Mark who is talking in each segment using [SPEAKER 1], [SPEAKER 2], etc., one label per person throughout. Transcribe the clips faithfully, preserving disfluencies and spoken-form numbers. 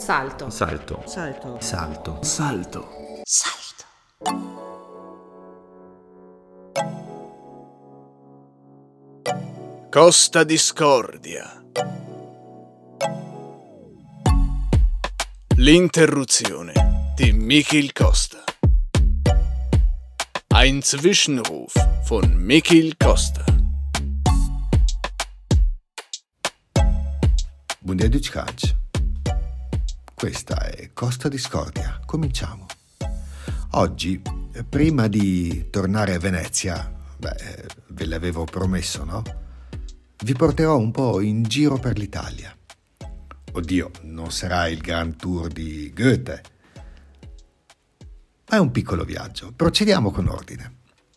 [SPEAKER 1] Salto.
[SPEAKER 2] Salto.
[SPEAKER 3] Salto.
[SPEAKER 2] Salto.
[SPEAKER 4] Salto.
[SPEAKER 3] Salto.
[SPEAKER 4] Costa Discordia. L'interruzione di Michiel Costa. Ein Zwischenruf von Michiel Costa.
[SPEAKER 5] Bundiaduccac. Questa è Costa Discordia. Cominciamo. Oggi, prima di tornare a Venezia, beh, ve l'avevo promesso, no? Vi porterò un po' in giro per l'Italia. Oddio, non sarà il Grand Tour di Goethe, ma è un piccolo viaggio. Procediamo con ordine.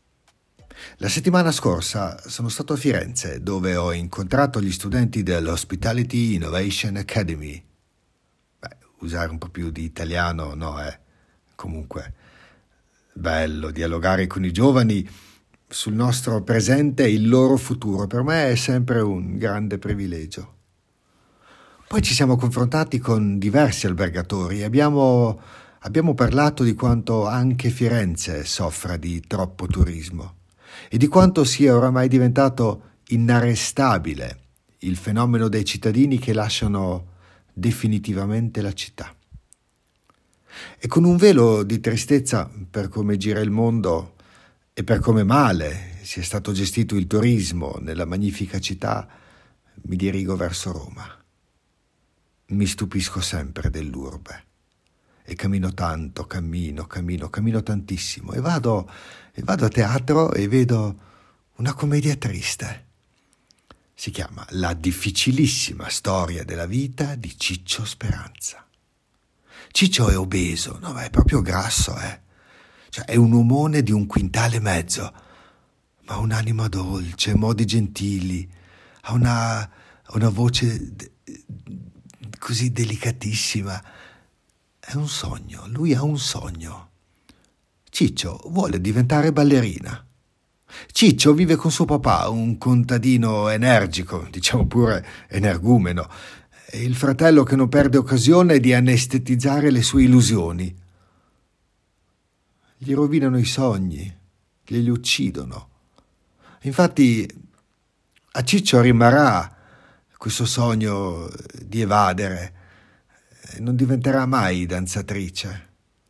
[SPEAKER 5] La settimana scorsa sono stato a Firenze, dove ho incontrato gli studenti dell'Hospitality Innovation Academy. Beh, usare un po' più di italiano, no, eh? Comunque, bello dialogare con i giovani sul nostro presente e il loro futuro. Per me è sempre un grande privilegio. Poi ci siamo confrontati con diversi albergatori e abbiamo, abbiamo parlato di quanto anche Firenze soffra di troppo turismo e di quanto sia oramai diventato inarrestabile il fenomeno dei cittadini che lasciano definitivamente la città. E con un velo di tristezza per come gira il mondo e per come male sia stato gestito il turismo nella magnifica città, mi dirigo verso Roma. Mi stupisco sempre dell'urbe e cammino tanto, cammino, cammino, cammino tantissimo e vado, e vado a teatro e vedo una commedia triste. Si chiama La difficilissima storia della vita di Ciccio Speranza. Ciccio è obeso, no, ma è proprio grasso, eh. Cioè, è un omone di un quintale e mezzo, ma ha un'anima dolce, modi gentili, ha una, ha una voce de- così delicatissima. È un sogno, lui ha un sogno. Ciccio vuole diventare ballerina. Ciccio vive con suo papà, un contadino energico, diciamo pure energumeno, e il fratello che non perde occasione di anestetizzare le sue illusioni. Gli rovinano i sogni, glieli uccidono. Infatti a Ciccio rimarrà questo sogno di evadere, non diventerà mai danzatrice.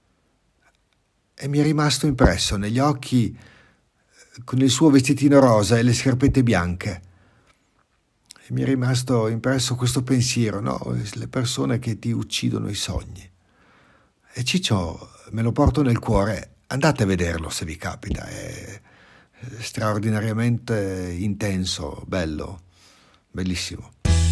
[SPEAKER 5] E mi è rimasto impresso negli occhi con il suo vestitino rosa e le scarpette bianche. E mi è rimasto impresso questo pensiero, no? Le persone che ti uccidono i sogni. E Ciccio me lo porto nel cuore. Andate a vederlo se vi capita, è straordinariamente intenso, bello, bellissimo.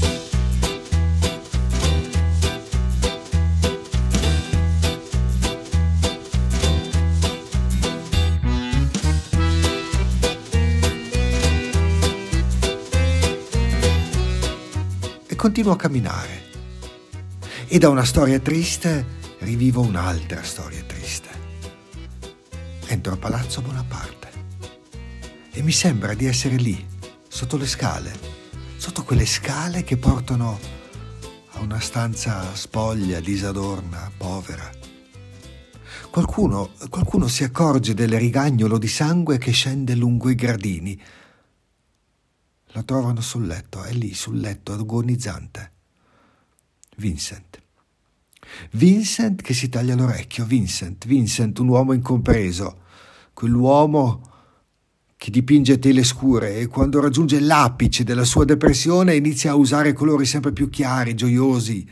[SPEAKER 5] E continuo a camminare e da una storia triste rivivo un'altra storia triste. Entro a Palazzo Bonaparte e mi sembra di essere lì, sotto le scale, sotto quelle scale che portano a una stanza spoglia, disadorna, povera. Qualcuno, qualcuno si accorge del rigagnolo di sangue che scende lungo i gradini. Lo trovano sul letto, è lì sul letto, agonizzante. Vincent. Vincent che si taglia l'orecchio, Vincent, Vincent, un uomo incompreso, quell'uomo che dipinge tele scure e quando raggiunge l'apice della sua depressione inizia a usare colori sempre più chiari, gioiosi.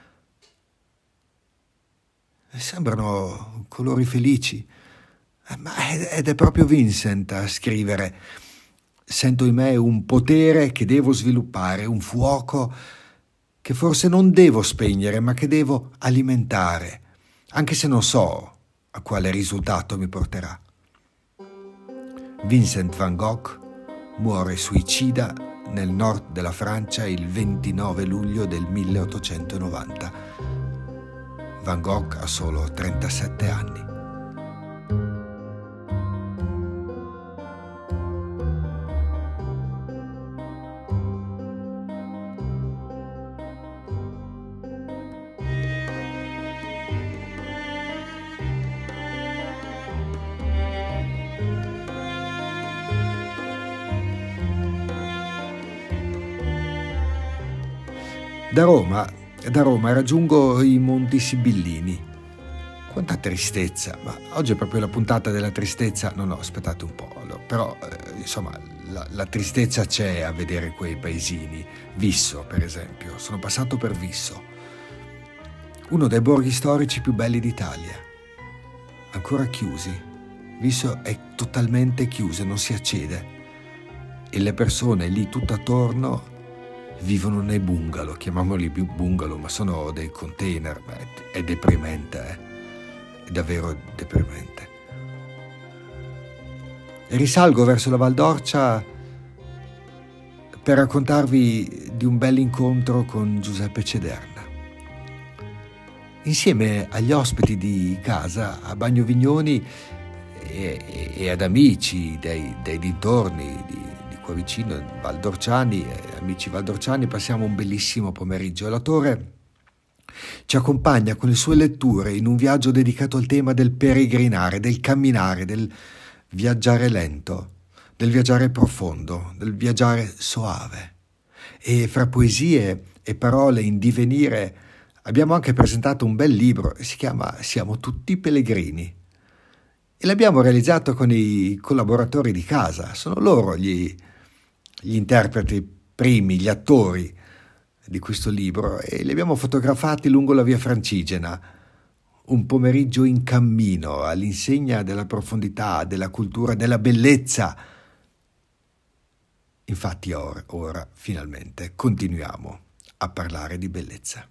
[SPEAKER 5] E sembrano colori felici, ma ed è proprio Vincent a scrivere. Sento in me un potere che devo sviluppare, un fuoco che forse non devo spegnere, ma che devo alimentare, anche se non so a quale risultato mi porterà. Vincent van Gogh muore suicida nel nord della Francia il ventinove luglio del milleottocentonovanta. Van Gogh ha solo trentasette anni. Da Roma, da Roma raggiungo i Monti Sibillini. Quanta tristezza, ma oggi è proprio la puntata della tristezza. No, no, aspettate un po'. Però, eh, insomma, la, la tristezza c'è a vedere quei paesini. Visso, per esempio. Sono passato per Visso. Uno dei borghi storici più belli d'Italia. Ancora chiusi. Visso è totalmente chiuso, non si accede. E le persone lì tutto attorno vivono nei bungalow. Chiamiamoli bungalow, ma sono dei container. Beh, è deprimente, eh. Davvero deprimente. E risalgo verso la Val d'Orcia per raccontarvi di un bel incontro con Giuseppe Cederna. Insieme agli ospiti di casa a Bagnovignoni e, e, e ad amici dei, dei dintorni di, di qua vicino, valdorciani, amici valdorciani, passiamo un bellissimo pomeriggio. E l'autore ci accompagna con le sue letture in un viaggio dedicato al tema del peregrinare, del camminare, del viaggiare lento, del viaggiare profondo, del viaggiare soave. E fra poesie e parole in divenire abbiamo anche presentato un bel libro, si chiama Siamo tutti pellegrini. E l'abbiamo realizzato con i collaboratori di casa, sono loro gli, gli interpreti primi, gli attori di questo libro, e li abbiamo fotografati lungo la via Francigena, un pomeriggio in cammino all'insegna della profondità, della cultura, della bellezza. Infatti ora, ora finalmente continuiamo a parlare di bellezza.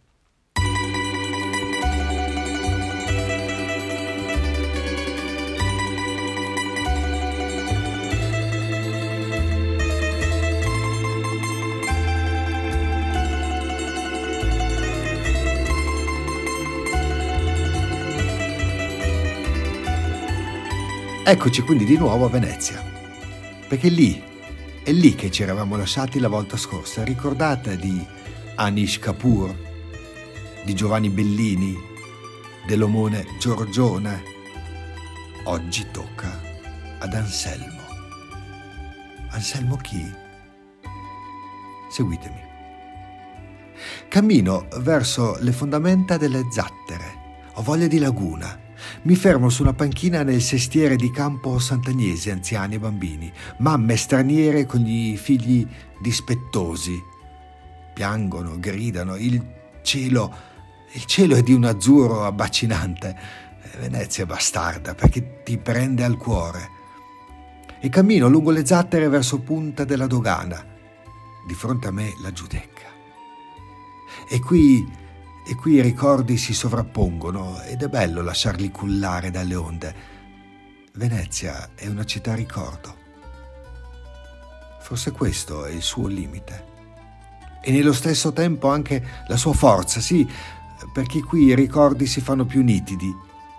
[SPEAKER 5] Eccoci quindi di nuovo a Venezia, perché lì, è lì che ci eravamo lasciati la volta scorsa. Ricordate di Anish Kapoor, di Giovanni Bellini, dell'omone Giorgione? Oggi tocca ad Anselmo. Anselmo chi? Seguitemi. Cammino verso le fondamenta delle Zattere. Ho voglia di laguna. Mi fermo su una panchina nel sestiere di Campo Sant'Agnese, anziani e bambini, mamme straniere con gli figli dispettosi. Piangono, gridano, il cielo, il cielo è di un azzurro abbacinante. Venezia è bastarda perché ti prende al cuore. E cammino lungo le Zattere verso Punta della Dogana. Di fronte a me la Giudecca. E qui... E qui i ricordi si sovrappongono ed è bello lasciarli cullare dalle onde. Venezia è una città ricordo. Forse questo è il suo limite. E nello stesso tempo anche la sua forza, sì, perché qui i ricordi si fanno più nitidi.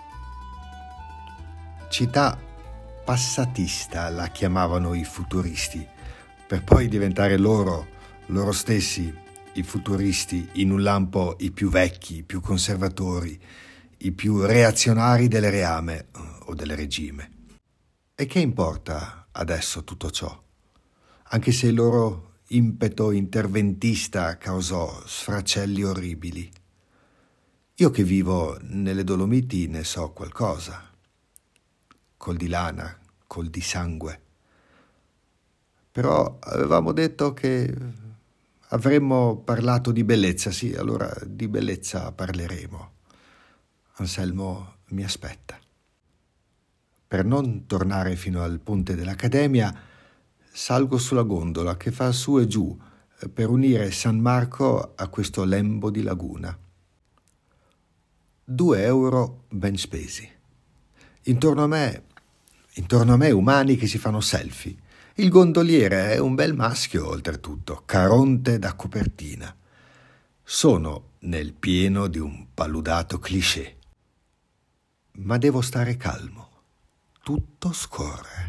[SPEAKER 5] Città passatista la chiamavano i futuristi, per poi diventare loro, loro stessi, i futuristi, in un lampo i più vecchi, i più conservatori, i più reazionari delle reame o del regime. E che importa adesso tutto ciò? Anche se il loro impeto interventista causò sfracelli orribili. Io che vivo nelle Dolomiti ne so qualcosa. Col di lana, col di sangue. Però avevamo detto che avremmo parlato di bellezza, sì, allora di bellezza parleremo. Anselmo mi aspetta. Per non tornare fino al ponte dell'Accademia, salgo sulla gondola che fa su e giù per unire San Marco a questo lembo di laguna. Due euro ben spesi. Intorno a me, intorno a me umani che si fanno selfie. Il gondoliere è un bel maschio, oltretutto, Caronte da copertina. Sono nel pieno di un paludato cliché. Ma devo stare calmo. Tutto scorre.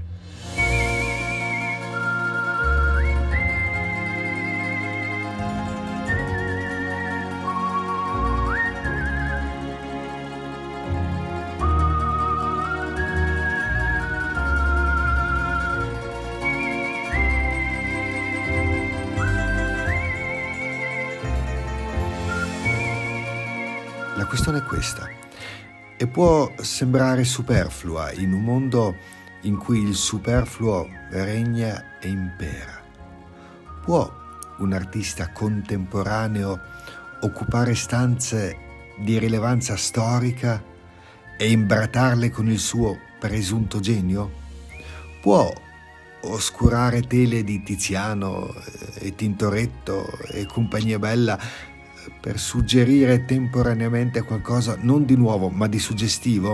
[SPEAKER 5] La questione è questa, e può sembrare superflua in un mondo in cui il superfluo regna e impera. Può un artista contemporaneo occupare stanze di rilevanza storica e imbratarle con il suo presunto genio? Può oscurare tele di Tiziano e Tintoretto e compagnia bella per suggerire temporaneamente qualcosa non di nuovo ma di suggestivo?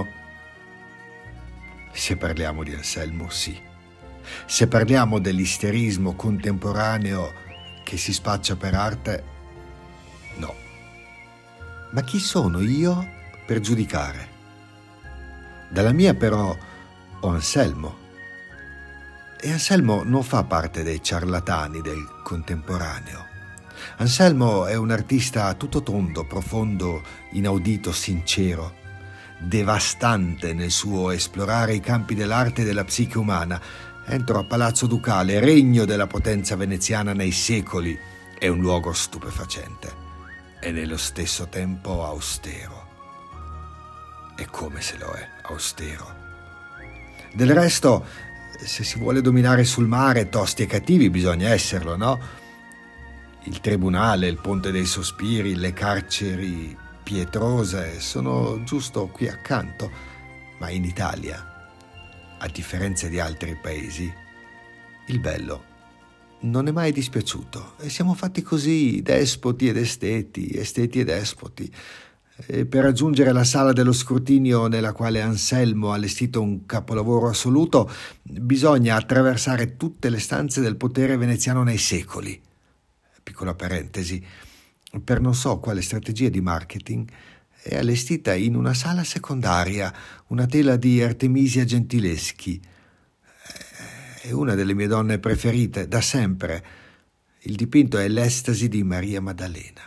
[SPEAKER 5] Se parliamo di Anselmo, sì. Se parliamo dell'isterismo contemporaneo che si spaccia per arte, no. Ma chi sono io per giudicare? Dalla mia però ho Anselmo. E Anselmo non fa parte dei ciarlatani del contemporaneo. Anselmo è un artista a tutto tondo, profondo, inaudito, sincero, devastante nel suo esplorare i campi dell'arte e della psiche umana. Entro a Palazzo Ducale, regno della potenza veneziana nei secoli, è un luogo stupefacente e nello stesso tempo austero. E come se lo è, austero. Del resto, se si vuole dominare sul mare tosti e cattivi bisogna esserlo, no? Il tribunale, il ponte dei sospiri, le carceri pietrose sono giusto qui accanto, ma in Italia, a differenza di altri paesi, il bello non è mai dispiaciuto e siamo fatti così, despoti ed esteti, esteti e despoti. E per raggiungere la sala dello scrutinio nella quale Anselmo ha allestito un capolavoro assoluto, bisogna attraversare tutte le stanze del potere veneziano nei secoli. Piccola parentesi, per non so quale strategia di marketing, è allestita in una sala secondaria una tela di Artemisia Gentileschi. È una delle mie donne preferite, da sempre. Il dipinto è l'Estasi di Maria Maddalena.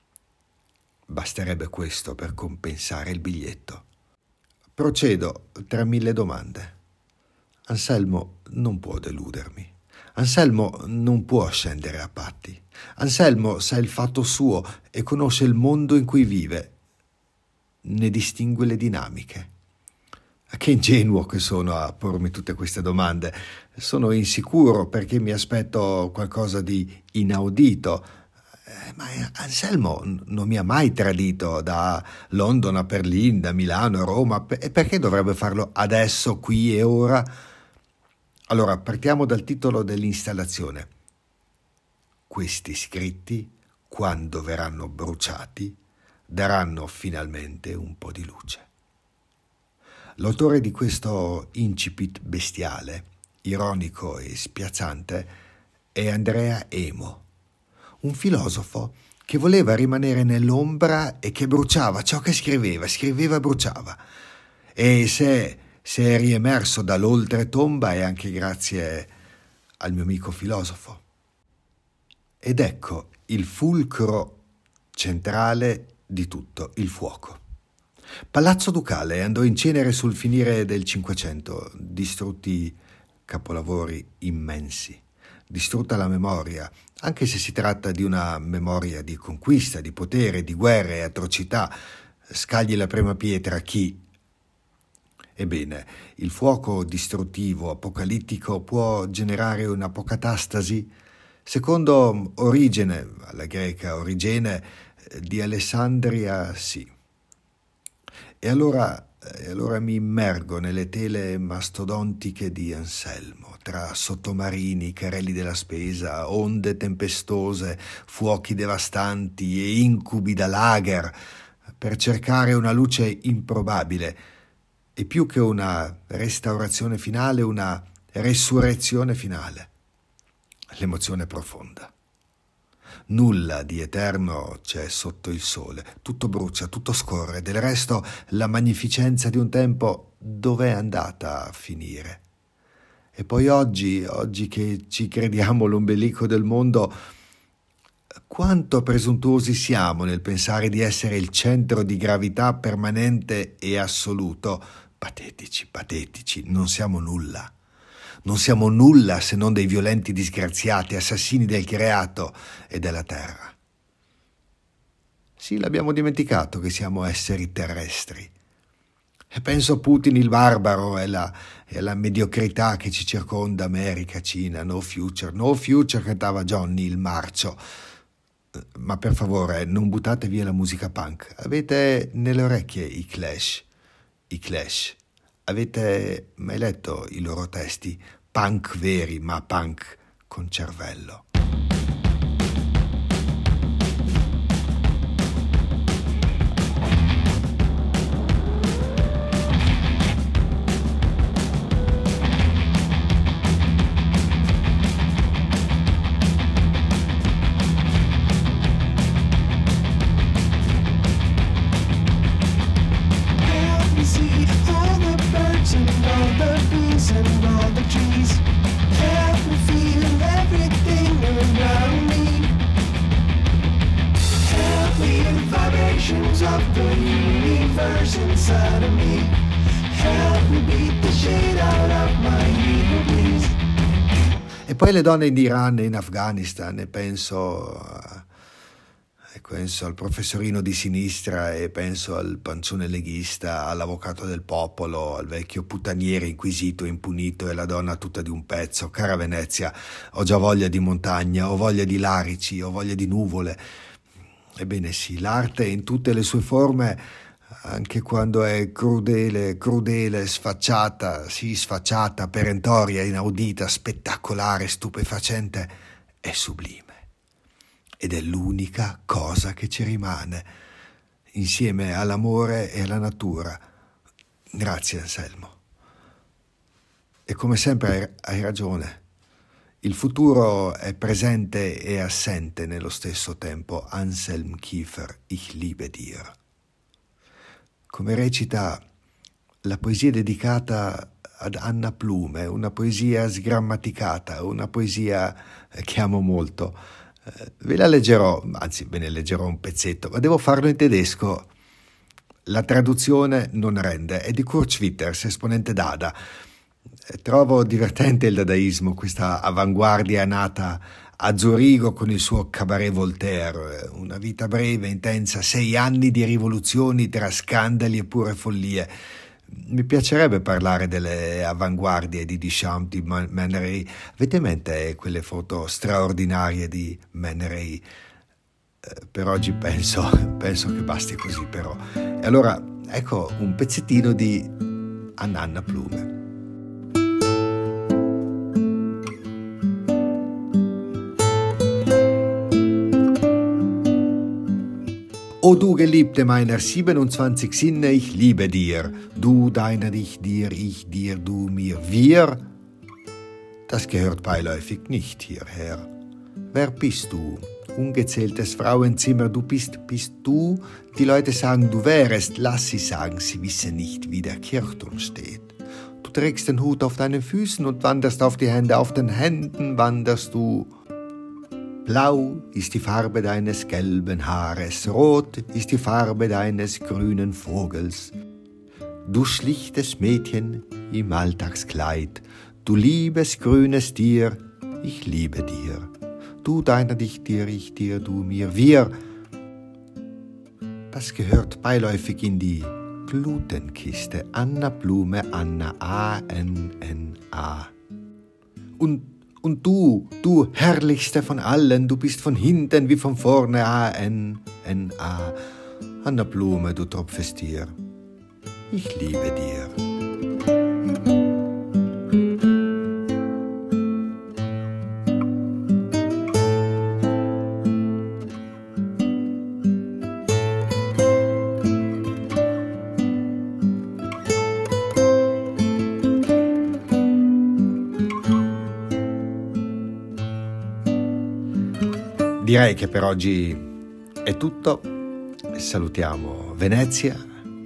[SPEAKER 5] Basterebbe questo per compensare il biglietto. Procedo tra mille domande. Anselmo non può deludermi. Anselmo non può scendere a patti. Anselmo sa il fatto suo e conosce il mondo in cui vive. Ne distingue le dinamiche. Che ingenuo che sono a pormi tutte queste domande. Sono insicuro perché mi aspetto qualcosa di inaudito. Ma Anselmo non mi ha mai tradito da Londra a Berlino, da Milano a Roma, e perché dovrebbe farlo adesso, qui e ora? Allora, partiamo dal titolo dell'installazione. Questi scritti, quando verranno bruciati, daranno finalmente un po' di luce. L'autore di questo incipit bestiale, ironico e spiazzante, è Andrea Emo, un filosofo che voleva rimanere nell'ombra e che bruciava ciò che scriveva, scriveva e bruciava. E se, se è riemerso dall'oltretomba è anche grazie al mio amico filosofo. Ed ecco il fulcro centrale di tutto, il fuoco. Palazzo Ducale andò in cenere sul finire del Cinquecento, distrutti capolavori immensi, distrutta la memoria, anche se si tratta di una memoria di conquista, di potere, di guerre e atrocità. Scagli la prima pietra, chi? Ebbene, il fuoco distruttivo, apocalittico, può generare un'apocatastasi? Secondo Origene, alla greca Origene, di Alessandria, sì. E allora, e allora mi immergo nelle tele mastodontiche di Anselmo, tra sottomarini, carrelli della spesa, onde tempestose, fuochi devastanti e incubi da lager, per cercare una luce improbabile e più che una restaurazione finale, una resurrezione finale. L'emozione profonda. Nulla di eterno c'è sotto il sole, tutto brucia, tutto scorre, del resto la magnificenza di un tempo dov'è andata a finire? E poi oggi, oggi che ci crediamo l'ombelico del mondo, quanto presuntuosi siamo nel pensare di essere il centro di gravità permanente e assoluto. Patetici, patetici, non siamo nulla. Non siamo nulla se non dei violenti disgraziati, assassini del creato e della terra. Sì, l'abbiamo dimenticato che siamo esseri terrestri. E penso a Putin il barbaro e la, e alla mediocrità che ci circonda, America, Cina, no future, no future, cantava Johnny il marcio. Ma per favore, non buttate via la musica punk. Avete nelle orecchie i Clash, i Clash. Avete mai letto i loro testi? Punk veri, ma punk con cervello.
[SPEAKER 1] Of the universe inside of me, help me beat the shit out of my ego, please.
[SPEAKER 5] E poi le donne in Iran e in Afghanistan, e penso, e penso al professorino di sinistra, e penso al pancione leghista, all'avvocato del popolo, al vecchio puttaniere inquisito e impunito, e la donna tutta di un pezzo. Cara Venezia, ho già voglia di montagna, ho voglia di larici, ho voglia di nuvole. Ebbene sì, l'arte in tutte le sue forme, anche quando è crudele, crudele, sfacciata, sì, sfacciata, perentoria, inaudita, spettacolare, stupefacente, è sublime. Ed è l'unica cosa che ci rimane, insieme all'amore e alla natura. Grazie, Anselmo. E come sempre hai, hai ragione. Il futuro è presente e assente nello stesso tempo. Anselm Kiefer, Ich liebe dir. Come recita la poesia dedicata ad Anna Plume, una poesia sgrammaticata, una poesia che amo molto. Ve la leggerò, anzi ve ne leggerò un pezzetto, ma devo farlo in tedesco. La traduzione non rende, è di Kurt Schwitters, esponente Dada. Trovo divertente il dadaismo, questa avanguardia nata a Zurigo con il suo Cabaret Voltaire, una vita breve, intensa, sei anni di rivoluzioni tra scandali e pure follie. Mi piacerebbe parlare delle avanguardie di Duchamp, di Man Ray. Avete in mente quelle foto straordinarie di Man Ray? Eh, per oggi penso, penso che basti così però. E allora ecco un pezzettino di Anna Plume. O du Geliebte meiner siebenundzwanzig Sinne, ich liebe dir. Du deiner, ich dir, ich dir, du mir, wir. Das gehört beiläufig nicht hierher. Wer bist du? Ungezähltes Frauenzimmer, du bist, bist du? Die Leute sagen, du wärest, lass sie sagen, sie wissen nicht, wie der Kirchturm steht. Du trägst den Hut auf deinen Füßen und wanderst auf die Hände, auf den Händen wanderst du. Blau ist die Farbe deines gelben Haares, rot ist die Farbe deines grünen Vogels. Du schlichtes Mädchen im Alltagskleid, du liebes grünes Tier, ich liebe dir. Du deiner, dich dir, ich dir, du mir, wir. Das gehört beiläufig in die Glutenkiste. Anna Blume, Anna, A N N A. Und Und du, du herrlichste von allen, du bist von hinten wie von vorne, A N N A. Anna Blume, du Tropfestier, ich liebe dir. Direi che per oggi è tutto. Salutiamo Venezia,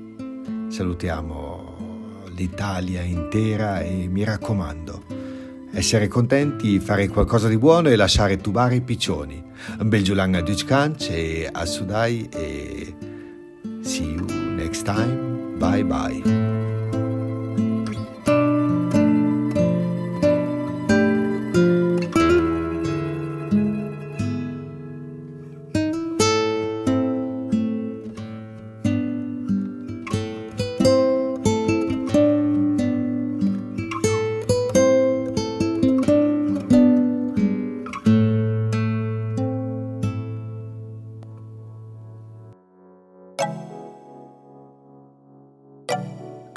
[SPEAKER 5] salutiamo l'Italia intera e mi raccomando, essere contenti, fare qualcosa di buono e lasciare tubare i piccioni. Un bel giulang a Duchkanch e a Sudai e see you next time. Bye bye.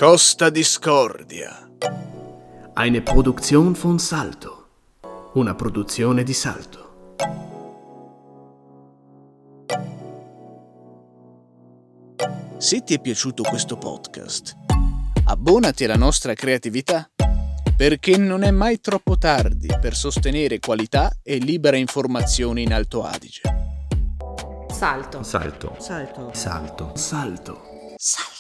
[SPEAKER 4] Costa Discordia.
[SPEAKER 2] Eine Produktion von Salto. Una produzione di Salto.
[SPEAKER 4] Se ti è piaciuto questo podcast, abbonati alla nostra creatività, perché non è mai troppo tardi per sostenere qualità e libera informazione in Alto Adige.
[SPEAKER 3] Salto.
[SPEAKER 6] Salto.
[SPEAKER 3] Salto.
[SPEAKER 6] Salto.
[SPEAKER 2] Salto.
[SPEAKER 4] Salto.